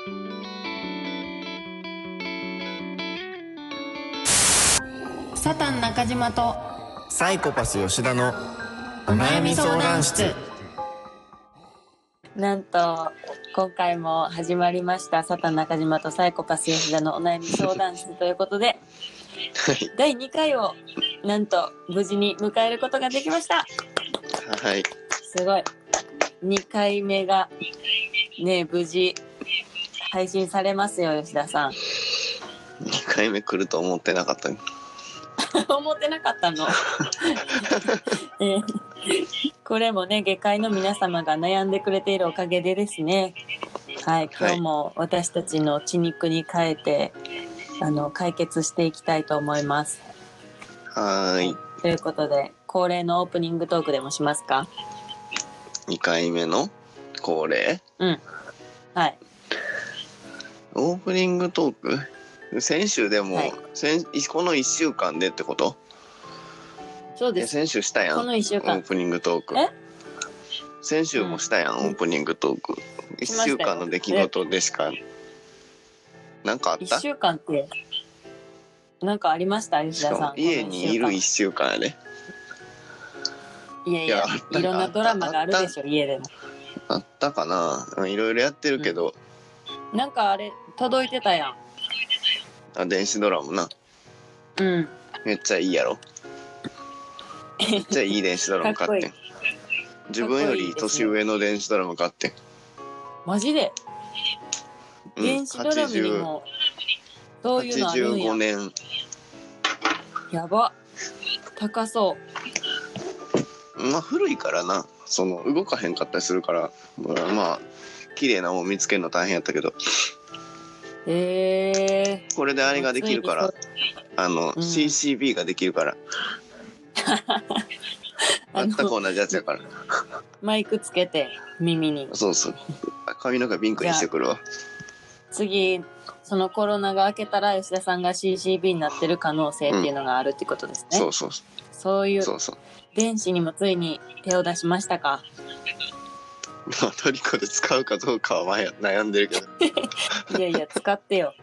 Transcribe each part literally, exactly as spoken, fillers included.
サタン中島とサイコパス吉田のお悩み相談室。 なんと今回も始まりましたサタン中島とサイコパス吉田のお悩み相談室ということでだいにかいをなんと無事に迎えることができました。 はい、 すごい。にかいめがね無事配信されますよ。吉田さんにかいめ来ると思ってなかったね思ってなかったの、えー、これもね下界の皆様が悩んでくれているおかげでですね、はい、今日も私たちの血肉に変えてあの解決していきたいと思います。 はい、 ということで恒例のオープニングトークでもしますか。 にかいめの恒例、 うんはい、 オープニングトーク先週でも、はい、先このいっしゅうかんでってこと？ そうです。 先週したやん。 このいっしゅうかんオープニングトーク。 え？ 先週もしたやん、うん、オープニングトーク。いっしゅうかんの出来事でしかなんかあった？ いっしゅうかんってなんかありました吉田さん。 家にいるいっしゅうかんやで。 いやいや、いやいろんなドラマがあるでしょ家でも。 あったかな。いろいろやってるけど、 うん、なんかあれ届いてたやん。 あ、電子ドラムな。 うん。 めっちゃいいやろ。めっちゃいい電子ドラム買ってん。自分より年上の電子ドラム買ってん。 マジで？うん、電子ドラムにもそういうのあるんや。 はちじゅうごねん。 やば。高そう。 まあ古いからな。その動かへんかったりするから、まあ綺麗なもん見つけるの大変やったけど。 えー、 これであれができるからあの、うん、シーシービー ができるから全く同じやつやからマイクつけて耳に。 そうそう髪の毛ピンクにしてくるわ。 次そのコロナが明けたら吉田さんが シーシービー になってる可能性っていうのがあるってことですね、 うん、そうそうそういうそうそう電子にもついに手を出しましたか。 まあ、トリコで使うかどうかは悩んでるけどいやいや使ってよ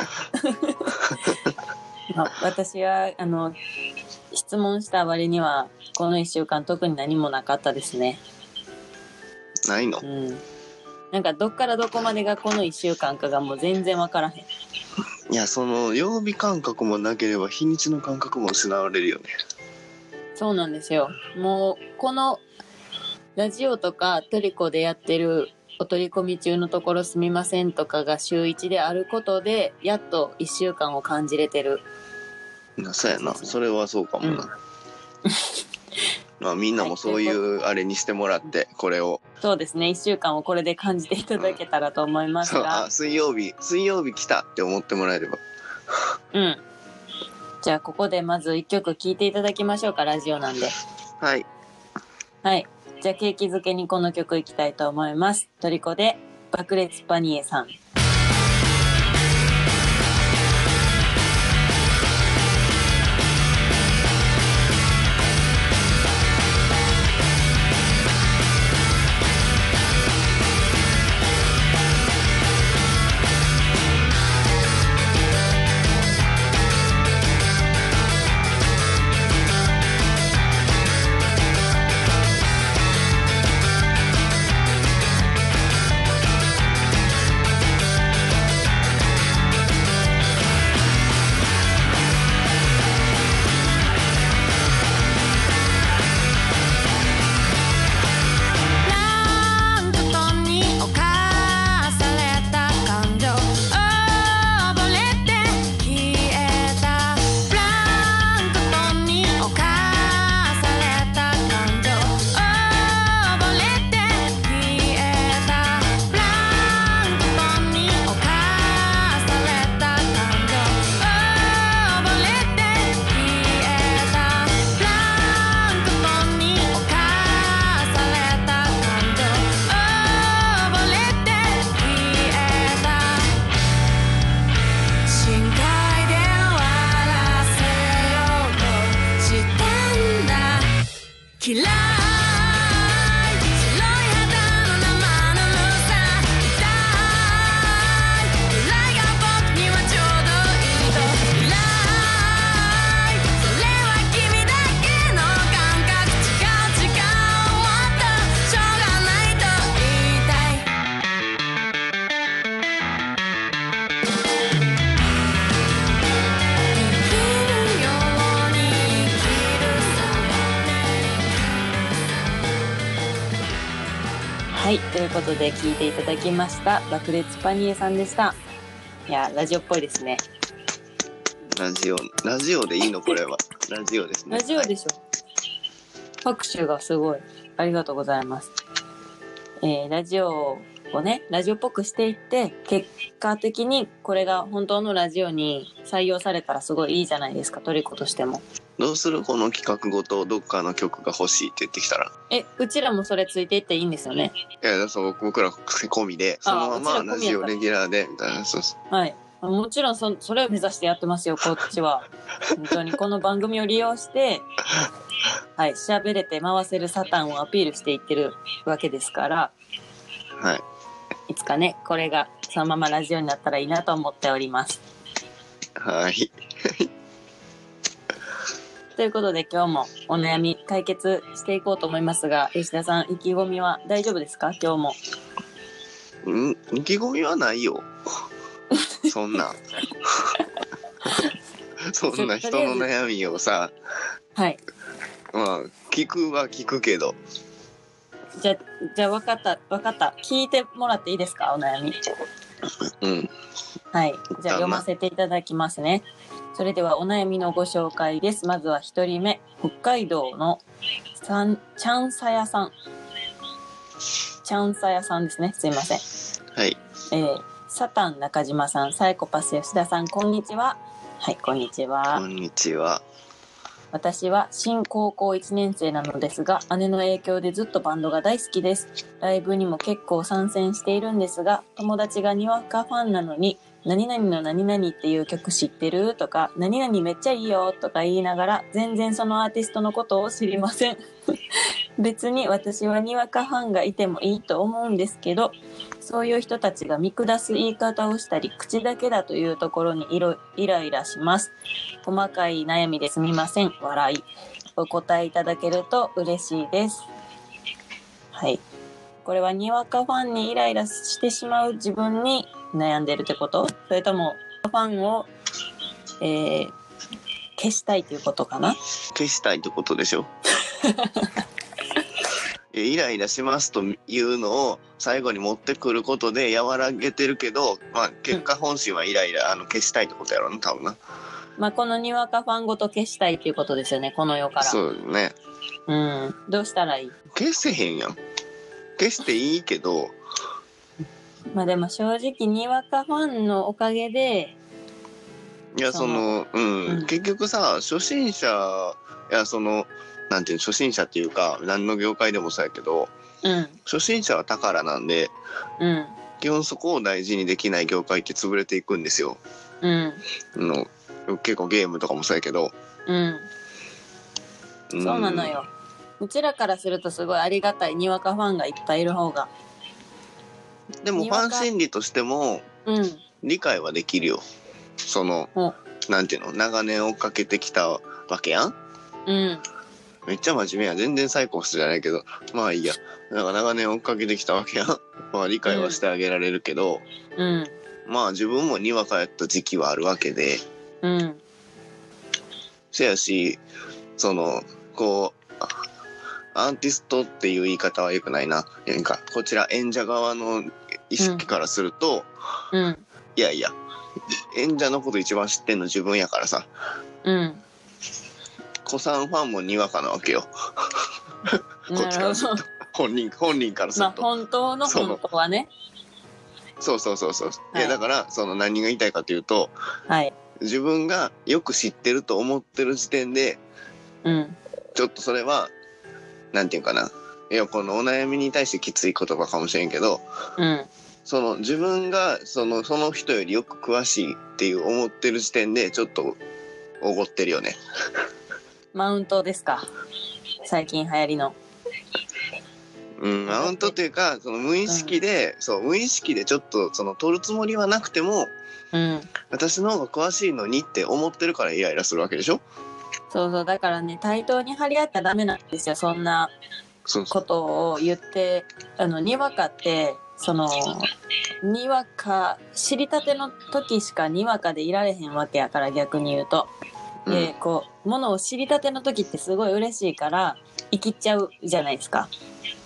私はあの質問した割にはこのいっしゅうかん特に何もなかったですね。 ないの、 うん、なんかどっからどこまでがこのいっしゅうかんかがもう全然わからへん。 いやその曜日感覚もなければ日にちの感覚も失われるよね。 そうなんですよ。もうこのラジオとかトリコでやってるお取り込み中のところすみませんとかが週いちであることでやっといっしゅうかんを感じれてる。 そうやな、それはそうかもな、うん、まあみんなもそういうあれにしてもらってこれをそうですねいっしゅうかんをこれで感じていただけたらと思いますが、うん、 そうあ水曜日水曜日来たって思ってもらえればうんじゃあここでまずいっきょく聴いていただきましょうか。ラジオなんではいはいじゃあ景気づけにこの曲いきたいと思います。トリコで爆裂パニエさん。 はい、ということで聞いていただきました爆裂パニエさんでした。いやラジオっぽいですね。 ラジオラジオでいいのこれはラジオですね。 ラジオでしょ、はい、拍手がすごいありがとうございます。えー、ラジオをねラジオっぽくしていって結果的にこれが本当のラジオに採用されたらすごいいいじゃないですか、トリコとしても。 どうするこの企画ごとどっかの曲が欲しいって言ってきたら。 えうちらもそれついていっていいんですよね。 いやそう僕ら込みでそのままラジオレギュラーでみたいな。そうそうはい、もちろん そ, それを目指してやってますよこっちは。本当にこの番組を利用してはい喋れて回せるサタンをアピールしていってるわけですから、 はい、 いつかねこれがそのままラジオになったらいいなと思っております。 はいということで今日もお悩み解決していこうと思いますが、吉田さん意気込みは大丈夫ですか？今日も。 ん意気込みはないよそんなそんな人の悩みをさ、 はい、 まあ聞くは聞くけど。 じゃじゃあ分かった分かった聞いてもらっていいですか、お悩み。 うんはい、じゃあ読ませていただきますね。それではお悩みのご紹介です。まずはひとりめ、北海道のさんちゃんさやさんちゃんさやさんですね、すいません。 はい、 えー、サタン中島さん、サイコパス吉田さん、こんにちは。はい、こんにちは。 こんにちは。 私は新高校いちねん生なのですが、姉の影響でずっとバンドが大好きです。ライブにも結構参戦しているんですが、友達がにわかファンなのに、何々の何々っていう曲知ってるとか、何々めっちゃいいよとか言いながら、全然そのアーティストのことを知りません。別に私はにわかファンがいてもいいと思うんですけど、そういう人たちが見下す言い方をしたり、口だけだというところにイロイライラします。細かい悩みですみません。笑い。お答えいただけると嬉しいです。はい。これはにわかファンにイライラしてしまう自分に悩んでるってこと？それともファンを、えー、消したいということかな？ 消したいってことでしょイライラしますというのを最後に持ってくることで和らげてるけど、まあ、結果本心はイライラ、うん、あの消したいってことやろうな多分な。 まあ、このにわかファンごと消したいっていうことですよね、この世から。 そうね。 うん。どうしたらいい？ 消せへんやん。消していいけど。 まあでも正直にわかファンのおかげで。 いやそのうん、うん、結局さ初心者いやそのなんていうの初心者っていうか何の業界でもそうやけど、 うん、 初心者は宝なんで、 うん、基本そこを大事にできない業界って潰れていくんですよ。 うん、 の結構ゲームとかもそうやけど、 うん、うん、そうなのよ。うちらからするとすごいありがたいにわかファンがいっぱいいる方が。 でもファン心理としても理解はできるよ。その、うん、なんていうの長年追っかけてきたわけやん。 うん。 めっちゃ真面目や全然サイコパスじゃないけどまあいいや。なんか長年追っかけてきたわけやん。まあ理解はしてあげられるけど、 うん、 まあ自分もにわかやった時期はあるわけで、 うん、 せやしそのこうアーティストっていう言い方は良くないな。なんかこちら演者側の意識からすると、 うんうん、 いやいや演者のこと一番知ってんの自分やからさ、 うん、 子さんファンもにわかなわけよこっちからすると本人本人からすると、 まあ、本当の本当はねそうそうそうそう、はい、いやだからその何が言いたいかというと、 はい、 自分がよく知ってると思ってる時点で、 うん、 ちょっとそれはなんていうかないやこのお悩みに対してきつい言葉かもしれんけど、 うん、 その自分がそのその人よりよく詳しいっていう思ってる時点でちょっとおごってるよねマウントですか最近流行りの。 うん、マウントというかその無意識で、うん、そう無意識でちょっとその取るつもりはなくても、 うん、 私の方が詳しいのにって思ってるからイライラするわけでしょ。 そうそうだからね対等に張り合ったらダメなんですよ。そんなことを言ってあのにわかってそのにわか知りたての時しかにわかでいられへんわけやから逆に言うと、うん、でこうものを知りたての時ってすごい嬉しいから生きっちゃうじゃないですか。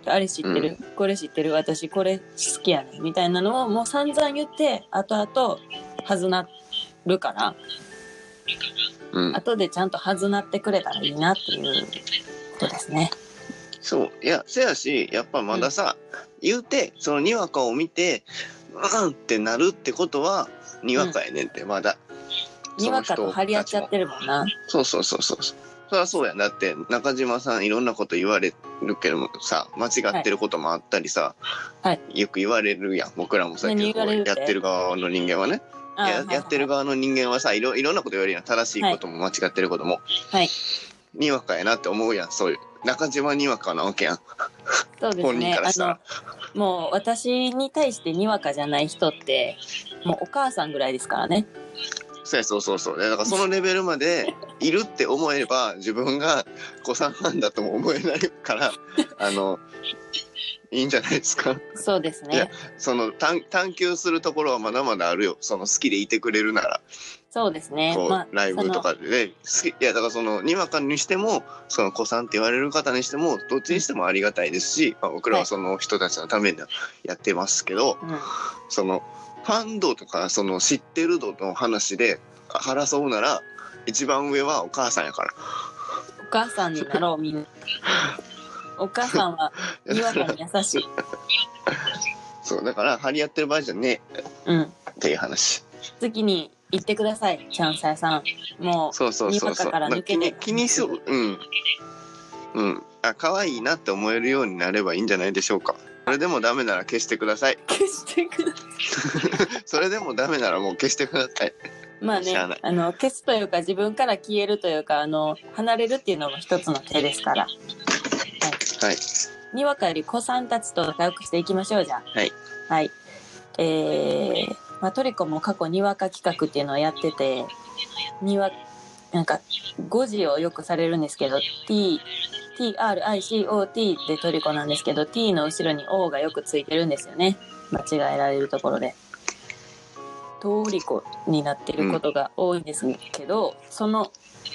あれ知ってる、うん、これ知ってる、私これ好きやねんみたいなのをもう散々言って後々はずなるから、うん、後でちゃんとはずなってくれたらいいなっていうことですね。 そういやせやしやっぱまださ、うん、言うてそのにわかを見てうんってなるってことはにわかやねんって、うん、まだにわかと張り合っちゃってるもんな。 そうそうそうそうそりゃそうやん。だって中島さんいろんなこと言われるけどもさ間違ってることもあったりさ、はい、よく言われるやん。僕らもさやってる側の人間はねや, やってる側の人間はさい ろ, いろんなこと言われるやん。正しいことも間違ってることも、はい、にわかやなって思うやん。そういう中島にわかなわけやん。 そうですね。本人からしたらあのもう私に対してにわかじゃない人ってもうお母さんぐらいですからね。 そうそうそうそう。だからそのレベルまでいるって思えれば自分が子さんファンだとも思えないからあのいいんじゃないですか。 そうですね。 いやその 探, 探求するところはまだまだあるよ。その好きでいてくれるなら。 そうですね。 こう、まあ、ライブとかでね好きいやだからそのにわかにしてもその子さんって言われる方にしてもどっちにしてもありがたいですし、まあ、僕らはその人たちのためにやってますけど、はい、そのファン度とかその知ってる度の話で争うなら一番上はお母さんやから。 お母さんになろうみんな。お母さんはにわかに優しい。 そうだから張り合ってる場合じゃねえ、うん、っていう話。 次に言ってくださいチャンサヤさん。もうにわかから抜けて気にするうんうんあ可愛いなって思えるようになればいいんじゃないでしょうか。それでもダメなら消してください。 消してください。それでもダメならもう消してください。 まあね、あの消すというか自分から消えるというかあの離れるっていうのも一つの手ですから。はい。はい、にわかより子さんたちと仲良くしていきましょうじゃあ。はい。はい。えー、まあトリコも過去にわか企画っていうのをやってて、にわなんか語字をよくされるんですけど Tティーアールアイシーオーティー でトリコなんですけど T の後ろに O がよくついてるんですよね。間違えられるところでトリコになってることが多いんですけど、うん、その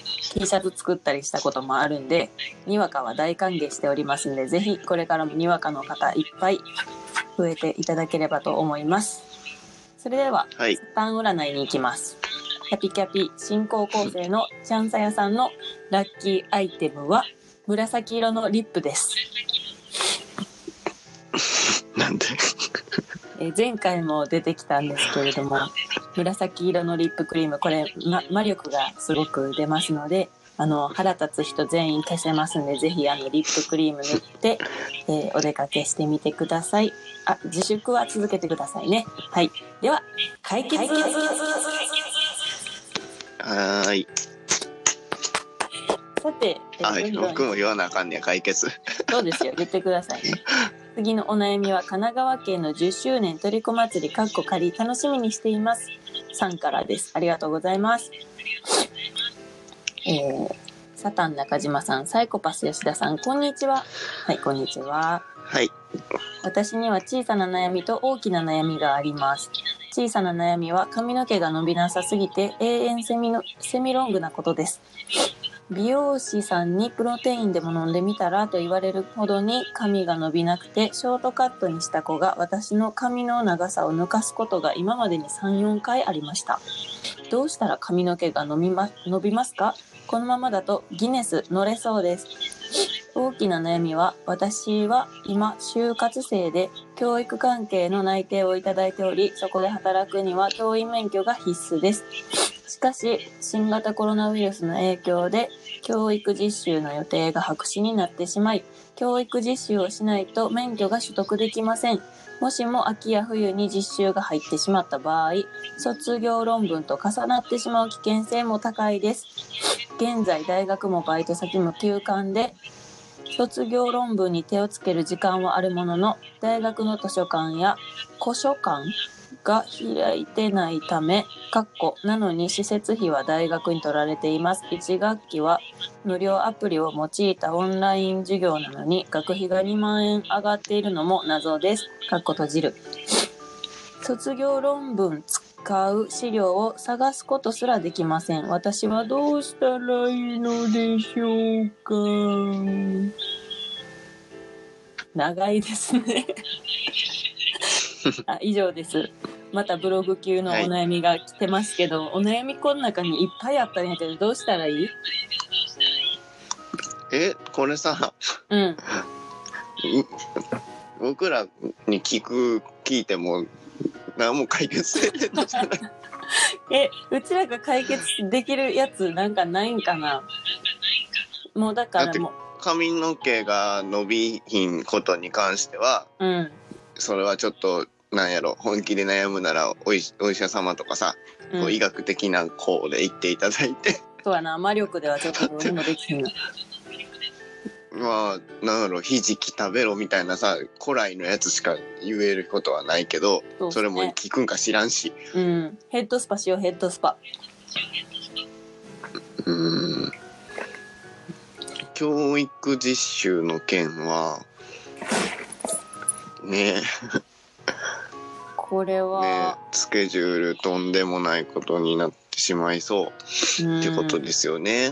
T シャツ作ったりしたこともあるんでにわかは大歓迎しておりますんでぜひこれからもにわかの方いっぱい増えていただければと思います。それでは、はい、サタン占いに行きます。キャピキャピ新高校生のチャンサヤさんのラッキーアイテムは紫色のリップです。 なんでえ前回も出てきたんですけれども紫色のリップクリームこれ、ま、魔力がすごく出ますのであの腹立つ人全員消せますんでぜひあのリップクリーム塗って、えー、お出かけしてみてください。あ自粛は続けてくださいね。はいでは解決はーい。 さて、 あ僕も言わなあかんねや解決。 そうですよ言ってくださいね。次のお悩みは神奈川県のじゅっしゅうねんトリコ祭りかっこ仮楽しみにしていますさんからです。ありがとうございます。えー、サタン中島さんサイコパス吉田さんこんにちは。はいこんにちは。 はい。 私には小さな悩みと大きな悩みがあります。小さな悩みは髪の毛が伸びなさすぎて永遠セミのセミロングなことです。美容師さんにプロテインでも飲んでみたらと言われるほどに髪が伸びなくてショートカットにした子が私の髪の長さを抜かすことが今までに さん,よん 回ありました。どうしたら髪の毛が伸びま、伸びますか？このままだとギネス乗れそうです。大きな悩みは私は今就活生で教育関係の内定をいただいておりそこで働くには教員免許が必須です。しかし新型コロナウイルスの影響で教育実習の予定が白紙になってしまい教育実習をしないと免許が取得できません。もしも秋や冬に実習が入ってしまった場合卒業論文と重なってしまう危険性も高いです。現在大学もバイト先も休館で卒業論文に手をつける時間はあるものの大学の図書館や古書館が開いてないためかっこなのに施設費は大学に取られています。いち学期は無料アプリを用いたオンライン授業なのに学費がにまんえん上がっているのも謎です。かっこ閉じる。卒業論文使う資料を探すことすらできません。私はどうしたらいいのでしょうか。 長いですねあ、以上です。またブログ級のお悩みが来てますけど、はい、お悩みこの中にいっぱいあったんやけど、どうしたらいい？ え、これさ、うん、僕らに聞く聞いても何も解決せんのじゃないえ、うちらが解決できるやつなんかないんかな。もうだからもう髪の毛が伸びひんことに関しては、うん、それはちょっとなんやろ、本気で悩むならお医、お医者様とかさ、うん、こう医学的な方で言っていただいてそうやな、魔力ではちょっとどうにもできひんのまあなんやろ、ひじき食べろみたいなさ、古来のやつしか言えることはないけど、 そ,、ね、それも聞くんか知らんし、 うん、ヘッドスパしよう、ヘッドスパ。 うーん、教育実習の件はねこれは、 ね、スケジュールとんでもないことになってしまいそうってことですよね。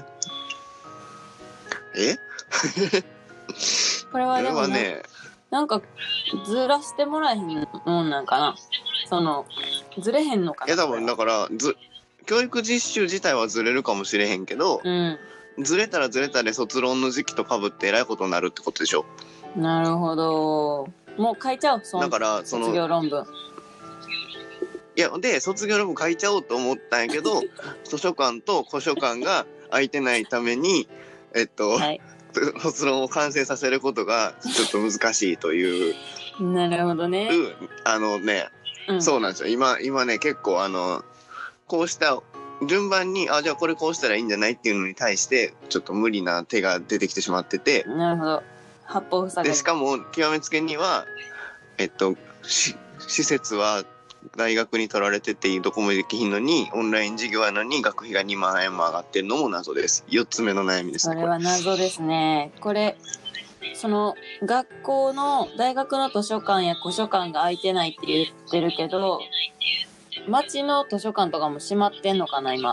えこれはでも ね, はねなんかずらしてもらえへんもんなんかな。そのずれへんのかな。 いや多分だからず教育実習自体はずれるかもしれへんけど、うん、ずれたらずれたで卒論の時期とかぶってえらいことになるってことでしょ。 なるほど。もう書いちゃおう。そのだからその卒業論文。 いやで卒業論文書いちゃおうと思ったんやけど図書館と図書館が空いてないためにえっと、はい、卒論を完成させることがちょっと難しいというなるほどね。 あのね、うん、そうなんですよ。今今ね結構あのこうした順番にあじゃあこれこうしたらいいんじゃないっていうのに対してちょっと無理な手が出てきてしまってて。 なるほど。八方塞がりでしかも極めつけにはえっと施設は大学に取られててどこもできひんのにオンライン授業やのに学費がにまんえんも上がってるのも謎です。よっつめの悩みですね。 これは謎ですね。これその学校の大学の図書館や図書館が空いてないって言ってるけど町の図書館とかも閉まってんのかな今。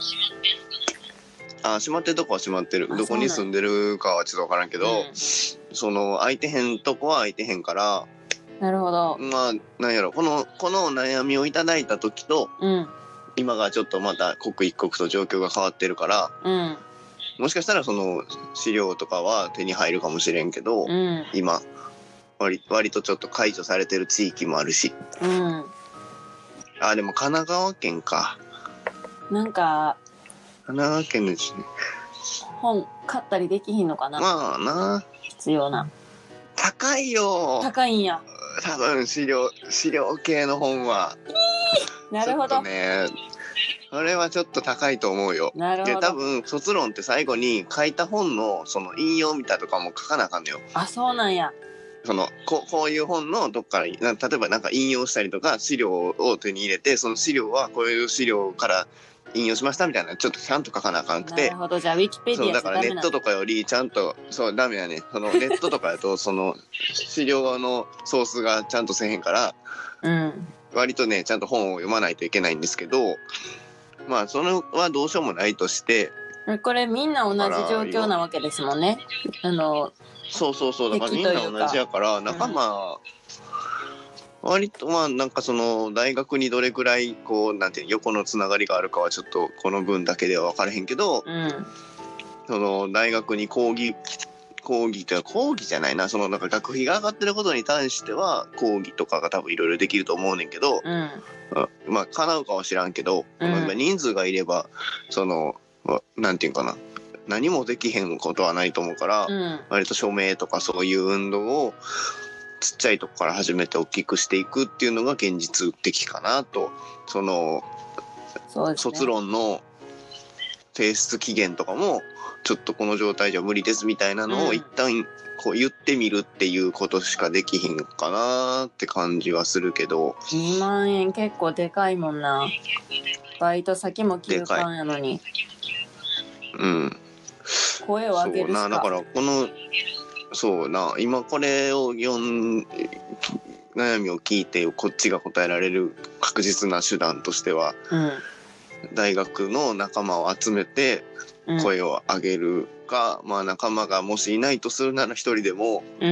あ、閉まってるとこは閉まってる。どこに住んでるかはちょっと分からんけど、うん、その空いてへんとこは空いてへんから。 なるほど。 まあなんやろ、このこの悩みをいただいた時と、うん、今がちょっとまた刻一刻と状況が変わってるから、うん、もしかしたらその資料とかは手に入るかもしれんけど、うん、今 割, 割とちょっと解除されてる地域もあるし、うん、あでも神奈川県か。 なんか神奈川県ですね。 本買ったりできひんのかな。 まあな。 必要な。 高いよ。 高いんや。 多分資料資料系の本は。 なるほど。ちょっとね、それはちょっと高いと思うよ。 なるほど。 で多分卒論って最後に書いた本のその引用みたいとかも書かなあかんのよ。 あ、そうなんや。 その こ, こういう本のどっから例えばなんか引用したりとか資料を手に入れてその資料はこういう資料から引用しましたみたいなちょっとちゃんと書かなあかんくて。 なるほど。じゃあウィキペディアそうだからネットとかよりちゃんとそうダメやね。そのネットとかだとその資料のソースがちゃんとせえへんから、うん、割とねちゃんと本を読まないといけないんですけど、まあそれはどうしようもないとして。 これみんな同じ状況なわけですもんね。あのそうそうそうだからみんな同じやから仲間、うん、割とまあなんかその大学にどれくらいこうなんていう横のつながりがあるかはちょっとこの分だけでは分からへんけど、うん、その大学に講義講義というか講義じゃないなそのなんか学費が上がってることに対しては講義とかが多分いろいろできると思うねんけど、うん、まあ叶うかは知らんけど、うん、人数がいればそのなんていうかな何もできへんことはないと思うから、うん、割と署名とかそういう運動をちっちゃいとこから始めて大きくしていくっていうのが現実的かなと。そのそうですね、卒論の提出期限とかもちょっとこの状態じゃ無理ですみたいなのを一旦こう言ってみるっていうことしかできひんかなって感じはするけど。 にまんえん結構でかいもんな。バイト先も休館やのに。 うん。 声を上げるしか。 そうな、だからこのそうな今これを読ん悩みを聞いてこっちが答えられる確実な手段としては、うん、大学の仲間を集めて声を上げるか、うん、まあ仲間がもしいないとするなら一人でも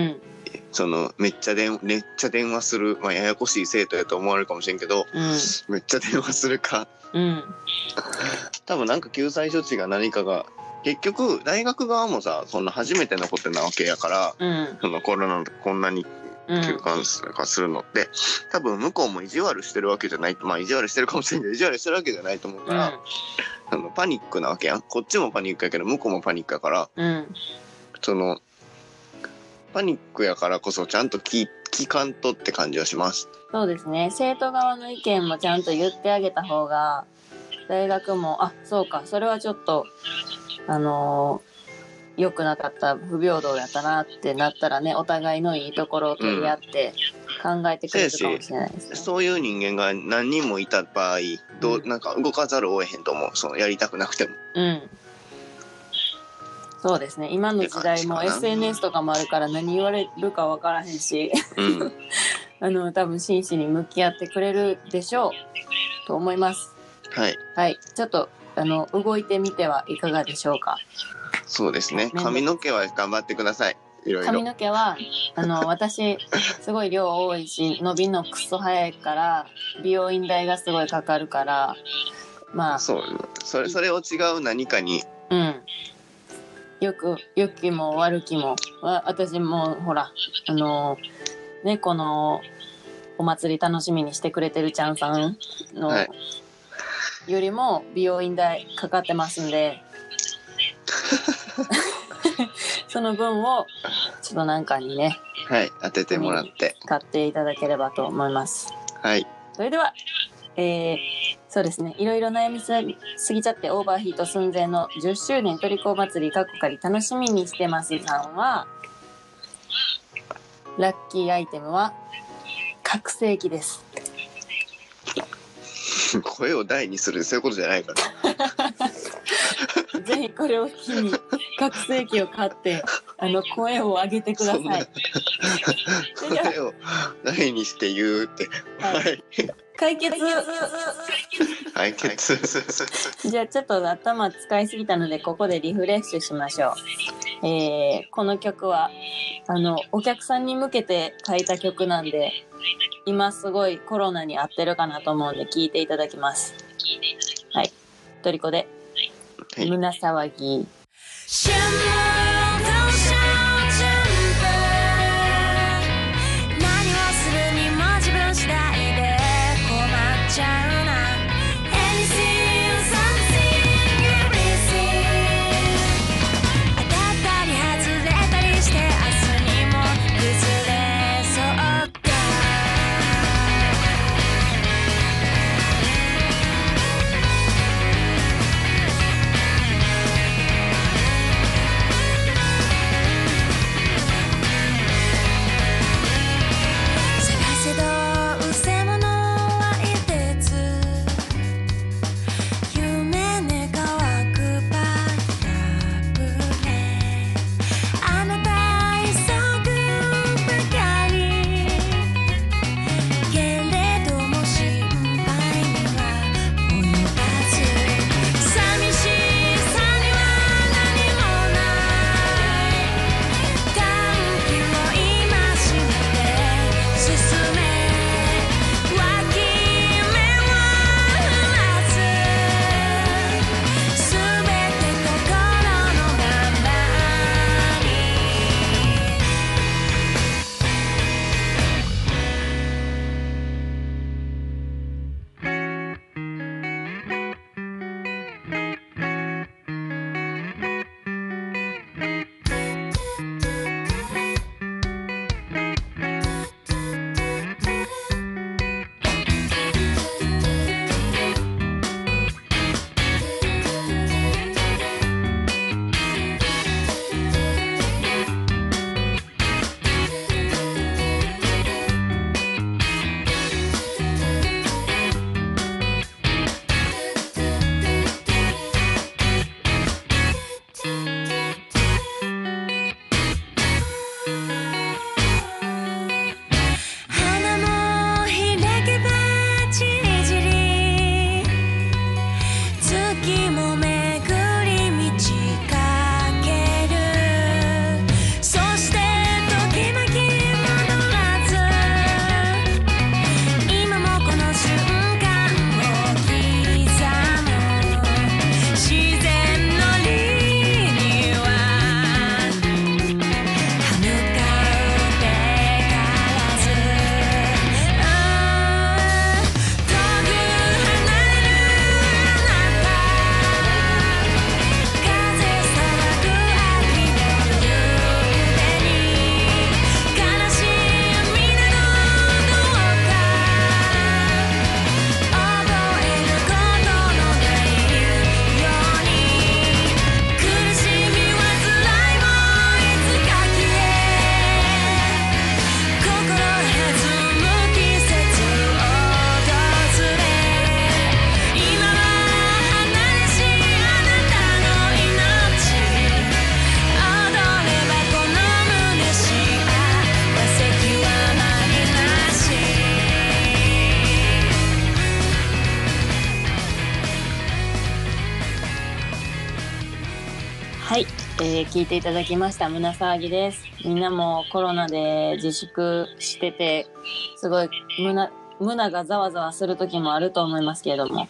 そのめっちゃ電めっちゃ電話する、まあ、ややこしい生徒やと思われるかもしれんけど、 うん、 めっちゃ電話するか、 うん、 多分なんか救済処置が何かが結局大学側もさそんな初めてのことなわけやから、 うん、 そのコロナこんなに休館化するのって、うん、多分向こうも意地悪してるわけじゃない、まあ意地悪してるかもしれんけど意地悪してるわけじゃないと思うから、うん、あのパニックなわけやん。こっちもパニックやけど向こうもパニックやから、 うん、 そのパニックやからこそちゃんと聞聞かんとって感じはします。 そうですね。生徒側の意見もちゃんと言ってあげた方が大学もあそうかそれはちょっとあのー、良くなかった不平等やったなってなったらねお互いのいいところを取り合って考えてくれるかもしれないですね、 うん、そういう人間が何人もいた場合どう、うん、なんか動かざるを得へんと思う。そのやりたくなくても。 うんそうですね。今の時代も エスエヌエス とかもあるから何言われるか分からへんし、うん、あの多分真摯に向き合ってくれるでしょうと思います。 はい。 はい。ちょっとあの動いてみてはいかがでしょうか。 そうですね。髪の毛は頑張ってください。いろいろ。 髪の毛はあの私すごい量多いし伸びのクソ早いから美容院代がすごいかかるからまあそうそれそれを違う何かに。 うん。よく良きも悪きも私もほらあのねこのお祭り楽しみにしてくれてるちゃんさんの、はい、よりも美容院代かかってますんでその分をちょっとなんかにねはい当ててもらって買っていただければと思います。 はいそれではえー、そうですねいろいろ悩みすぎちゃってオーバーヒート寸前のじゅっしゅうねんトリコ祭りかっこかり楽しみにしてますさんはラッキーアイテムは拡声器です。 声を大にするそういうことじゃないからぜひこれを機に拡声器を買ってあの声を上げてください。 声を大にして言うってはい、はい解決解決じゃあちょっと頭使いすぎたのでここでリフレッシュしましょう、えー、この曲はあのお客さんに向けて書いた曲なんで今すごいコロナに合ってるかなと思うんで聴いていただきます。はいトリコで、はい、胸騒ぎ 「 はい、えー、聞いていただきました。胸騒ぎです。みんなもコロナで自粛してて、すごい胸、胸がざわざわする時もあると思いますけれども、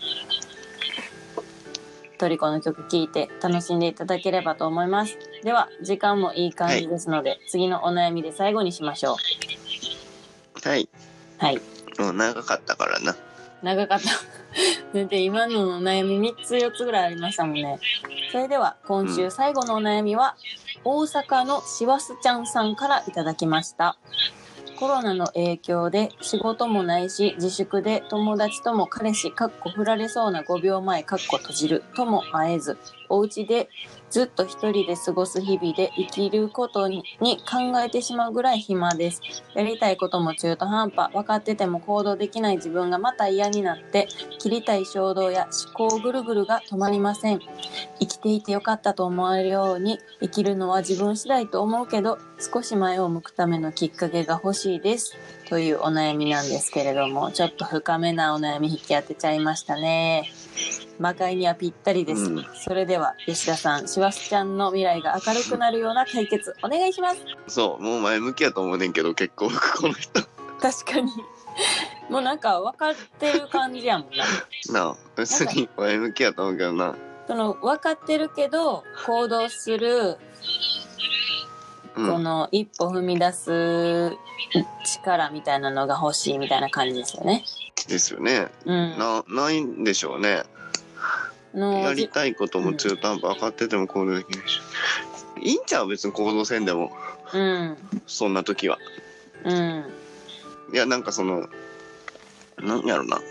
トリコの曲聴いて楽しんでいただければと思います。では時間もいい感じですので、はい、次のお悩みで最後にしましょう。はいはい。 もう長かったからな。 長かった全然今のお悩みみっつよっつぐらいありましたもんね。それでは今週最後のお悩みは、うん、大阪のしわすちゃんさんからいただきました。コロナの影響で仕事もないし、自粛で友達とも彼氏かっこ振られそうなごびょうまえかっこ閉じるとも会えず、お家でずっと一人で過ごす日々で生きることに考えてしまうぐらい暇です。やりたいことも中途半端、分かってても行動できない自分がまた嫌になって、切りたい衝動や思考ぐるぐるが止まりません。生きていてよかったと思えるように生きるのは自分次第と思うけど、少し前を向くためのきっかけが欲しいですというお悩みなんですけれども、ちょっと深めなお悩み引き当てちゃいましたね。魔界にはぴったりです、うん、それでは吉田さん、しわすちゃんの未来が明るくなるような解決お願いします。 そうもう前向きやと思うねんけど、結構この人確かにもうなんか分かってる感じやもんななあ別に前向きやと思うけどな、 その分かってるけど行動する、うん、この一歩踏み出す力みたいなのが欲しいみたいな感じですよね。 ですよね、 うん、 な, ないんでしょうね。やりたいことも中途半端、分かってても行動できないし、うん、いいんちゃう別に行動せんでも、 うん、 そんな時は、 うん、 いやなんかそのなんやろな、う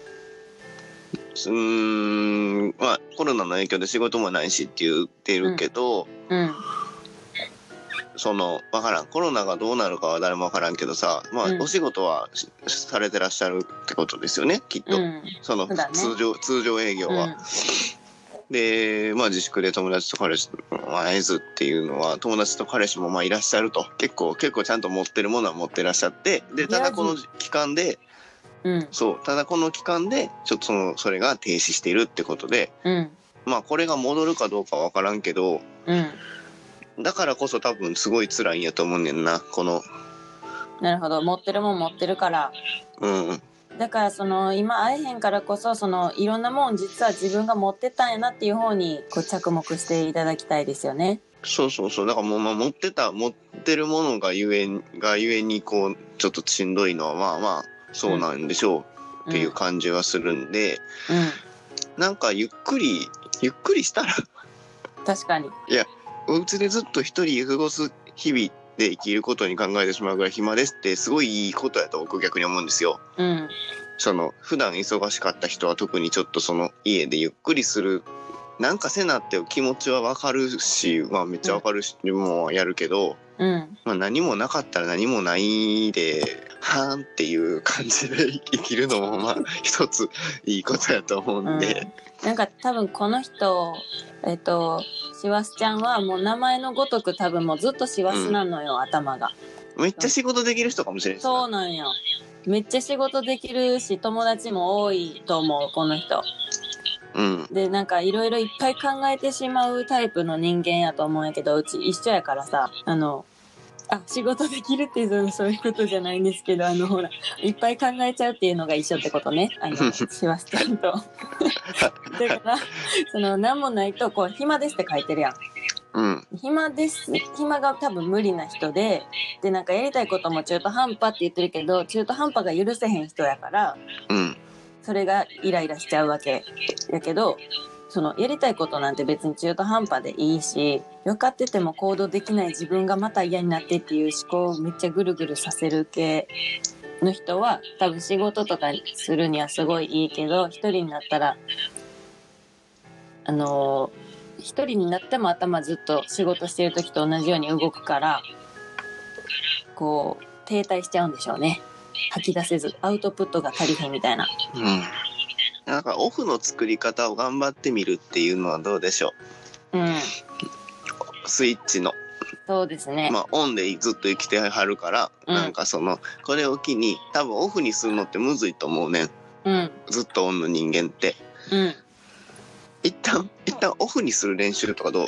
ーんまあコロナの影響で仕事もないしって言ってるけど、 うんうん、 その分からん、コロナがどうなるかは誰も分からんけどさ、まあ、うん、お仕事はされてらっしゃるってことですよねきっと、うん、その、ね、通常通常営業は、うん、でまあ自粛で友達と彼氏と会えずっていうのは、友達と彼氏もまあいらっしゃると、結構結構ちゃんと持ってるものは持ってらっしゃって、でただこの期間で、うん、そうただこの期間でちょっとそのそれが停止しているってことで、 うん、 まあこれが戻るかどうかは分からんけど、 うんだからこそ多分すごい辛いんやと思うねんな、この。 なるほど、持ってるもん持ってるから。 うん。 だからその今会えへんからこそ、そのいろんなもん実は自分が持ってたんやなっていう方にこう着目していただきたいですよね。 そうそうそう、だからもう、まあ、持ってた持ってるものがゆえがゆえにこうちょっとしんどいのはまあまあそうなんでしょうっていう感じはするんで、 うんうん、 なんかゆっくりゆっくりしたら確かに。 いやお家でずっと一人過ごす日々で生きることに考えてしまうぐらい暇ですってすごいいいことやと僕逆に思うんですよ。 うん、その普段忙しかった人は特にちょっとその家でゆっくりする、なんかせなって気持ちはわかるし、まあめっちゃわかるし、うん、もうやるけど、 うんまあ、何もなかったら何もないではーんっていう感じで生きるのもまあ一ついいことやと思うんで、 うん、なんか多分この人えっとしわすちゃんはもう名前のごとく多分もうずっとしわすなのよ、うん、頭がめっちゃ仕事できる人かもしれない。 そうなんよ、めっちゃ仕事できるし友達も多いと思うこの人、 うん、 でなんかいろいろいっぱい考えてしまうタイプの人間やと思うんやけど、うち一緒やからさ、あのあ仕事できるっていうそういうことじゃないんですけど、あのほらいっぱい考えちゃうっていうのが一緒ってことね、あのしわすちゃんとだからその何もないとこう暇ですって書いてるやん、 うん、 暇です暇が多分無理な人で、でなんかやりたいことも中途半端って言ってるけど中途半端が許せへん人やから、 うん、 それがイライラしちゃうわけやけど、そのやりたいことなんて別に中途半端でいいし、分かってても行動できない自分がまた嫌になってっていう思考をめっちゃぐるぐるさせる系の人は多分仕事とかするにはすごいいいけど、一人になったらあのー、一人になっても頭ずっと仕事してる時と同じように動くから、こう停滞しちゃうんでしょうね。吐き出せずアウトプットが足りへんみたいな、 うん、なんかオフの作り方を頑張ってみるっていうのはどうでしょう。うん。 スイッチの。 そうですね。 まあオンでずっと生きてはるから、うん、なんかそのこれを機に多分オフにするのってむずいと思うねん。 うん。 ずっとオンの人間って。 うん。 一旦一旦オフにする練習とかどう？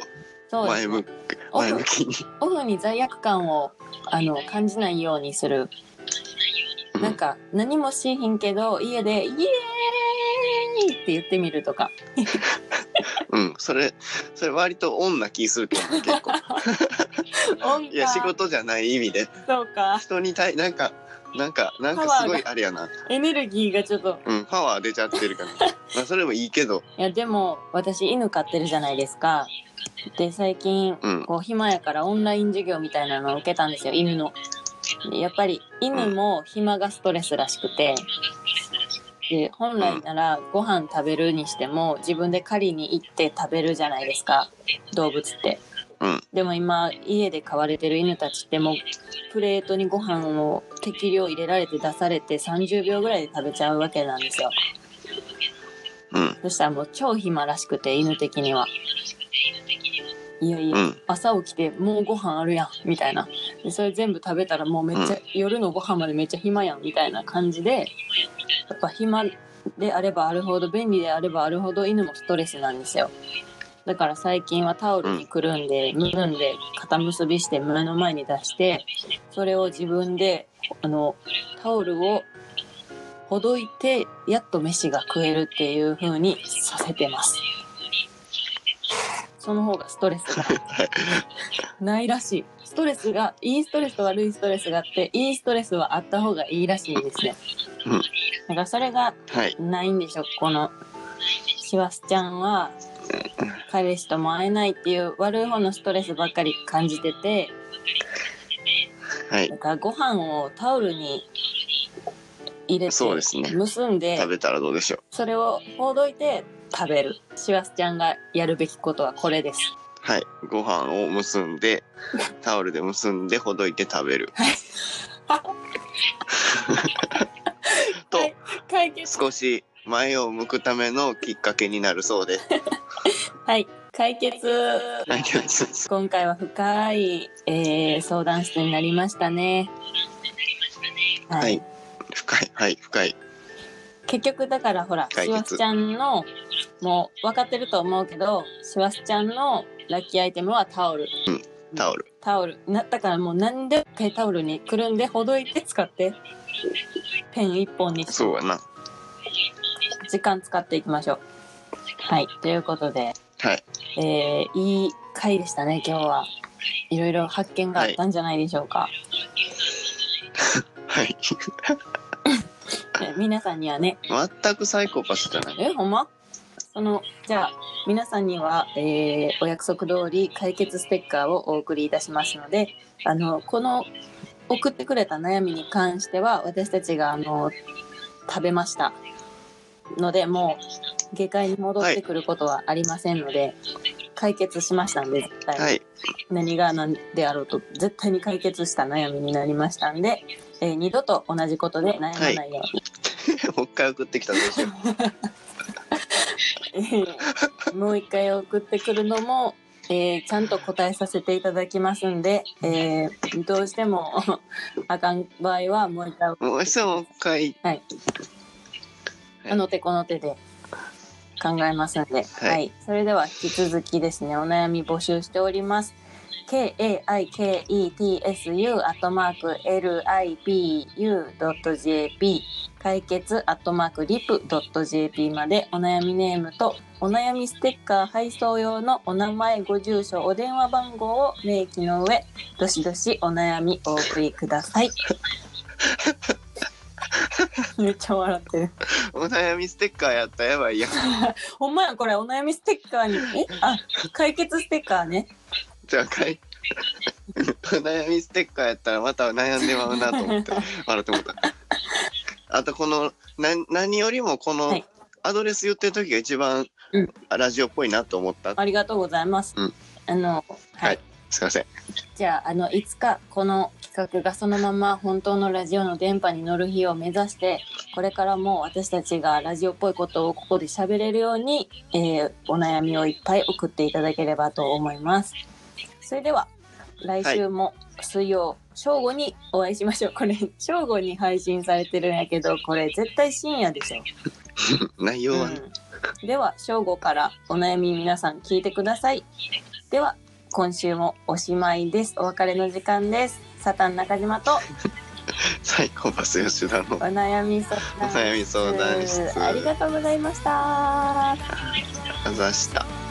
そうですね、 前向き前向きにオフに罪悪感をあの感じないようにする。なんか何もしひんけど家でイエーイって言ってみるとか。 うんそれそれ割とオンな気するけどね結構いや仕事じゃない意味でそうか人に対なんかなんかなんかすごいあれやなエネルギーがちょっとうんパワー出ちゃってるからまあそれもいいけどいやでも私犬飼ってるじゃないですか。で最近、 うんこう暇やからオンライン授業みたいなのを受けたんですよ犬の。でやっぱり犬も暇がストレスらしくて、で本来ならご飯食べるにしても自分で狩りに行って食べるじゃないですか動物って、 うん、 でも今家で飼われてる犬たちってもうプレートにご飯を適量入れられて出されてさんじゅうびょうぐらいで食べちゃうわけなんですよ、 うん、 そしたらもう超暇らしくて犬的にはいやいや、 うん、 朝起きてもうご飯あるやんみたいな、でそれ全部食べたらもうめっちゃ、うん、夜のご飯までめっちゃ暇やんみたいな感じで、やっぱ暇であればあるほど便利であればあるほど犬もストレスなんですよ。だから最近はタオルにくるんで結んで肩結びして目の前に出して、それを自分であのタオルをほどいてやっと飯が食えるっていう風にさせてます。その方がストレスがないらしい。ストレスがいいストレスと悪いストレスがあって、いいストレスはあった方がいいらしいですね。うん、だからそれがないんでしょ、はい、このしわすちゃんは彼氏とも会えないっていう悪い方のストレスばっかり感じてて、はい、だからご飯をタオルに入れてそうですね、 結んで食べたらどうでしょう。 それをほどいて食べる。しわすちゃんがやるべきことはこれです。 はい、ご飯を結んでタオルで結んでほどいて食べると、はい、解決少し前を向くためのきっかけになるそうですはい解決解決今回は深い、えー、相談室になりましたね。 はい、はい、深いはい深い。 結局だからほらしわすちゃんのもう分かってると思うけど、しわすちゃんのラッキーアイテムはタオル、 うん、タオルタオルなったからもう何でもタオルにくるんでほどいて使ってペン一本にしてそうやな時間使っていきましょう。はいということで、 はいえー、いい回でしたね。今日はいろいろ発見があったんじゃないでしょうか。 はい、はい皆さんにはね全くサイコパスじゃない。 えほんまそのじゃあ皆さんには、えー、お約束通り解決ステッカーをお送りいたしますので、あのこの送ってくれた悩みに関しては私たちがあの食べましたのでもう下界に戻ってくることはありませんので、はい、解決しましたんで絶対、はい、何が何であろうと絶対に解決した悩みになりましたんで、えー、二度と同じことで悩まないように、はい、 もう一回送ってきたらどうしようえー、もう一回送ってくるのも、えー、ちゃんと答えさせていただきますんで、えー、どうしてもあかん場合はもう一回もう一回、 はい、あの手この手で考えますんで、はいはい、それでは引き続きですねお悩み募集しております。ケーエーアイケーイーティーエスユー アットマーク エルアイピーユー ドット ジェーピー 解決アットマークリプ ドット ジェーピー までお悩みネームとお悩みステッカー配送用のお名前ご住所お電話番号を明記の上どしどしお悩みお送りくださいめっちゃ笑ってる。 お悩みステッカーやったらやばいやんほんまやこれお悩みステッカーにえあ解決ステッカーね。 じゃあかいお悩みステッカーやったらまた悩んでまうなと思って笑ってもったあとこのな何よりもこのアドレス言ってる時が一番ラジオっぽいなと思った、 うん、ありがとうございます、うん、あのはい、 はい、すいません。 じゃああのいつかこの企画がそのまま本当のラジオの電波に乗る日を目指してこれからも私たちがラジオっぽいことをここで喋れるように、えー、お悩みをいっぱい送っていただければと思います。それでは来週も水曜、はい、正午にお会いしましょう。これ正午に配信されてるんやけどこれ絶対深夜でしょ内容は、ねうん、では正午からお悩み皆さん聞いてください。では今週もおしまいです。お別れの時間です。サタン中島とサイコパス吉田のお悩み相談室、 お悩み相談室、 ありがとうございました。 あざした。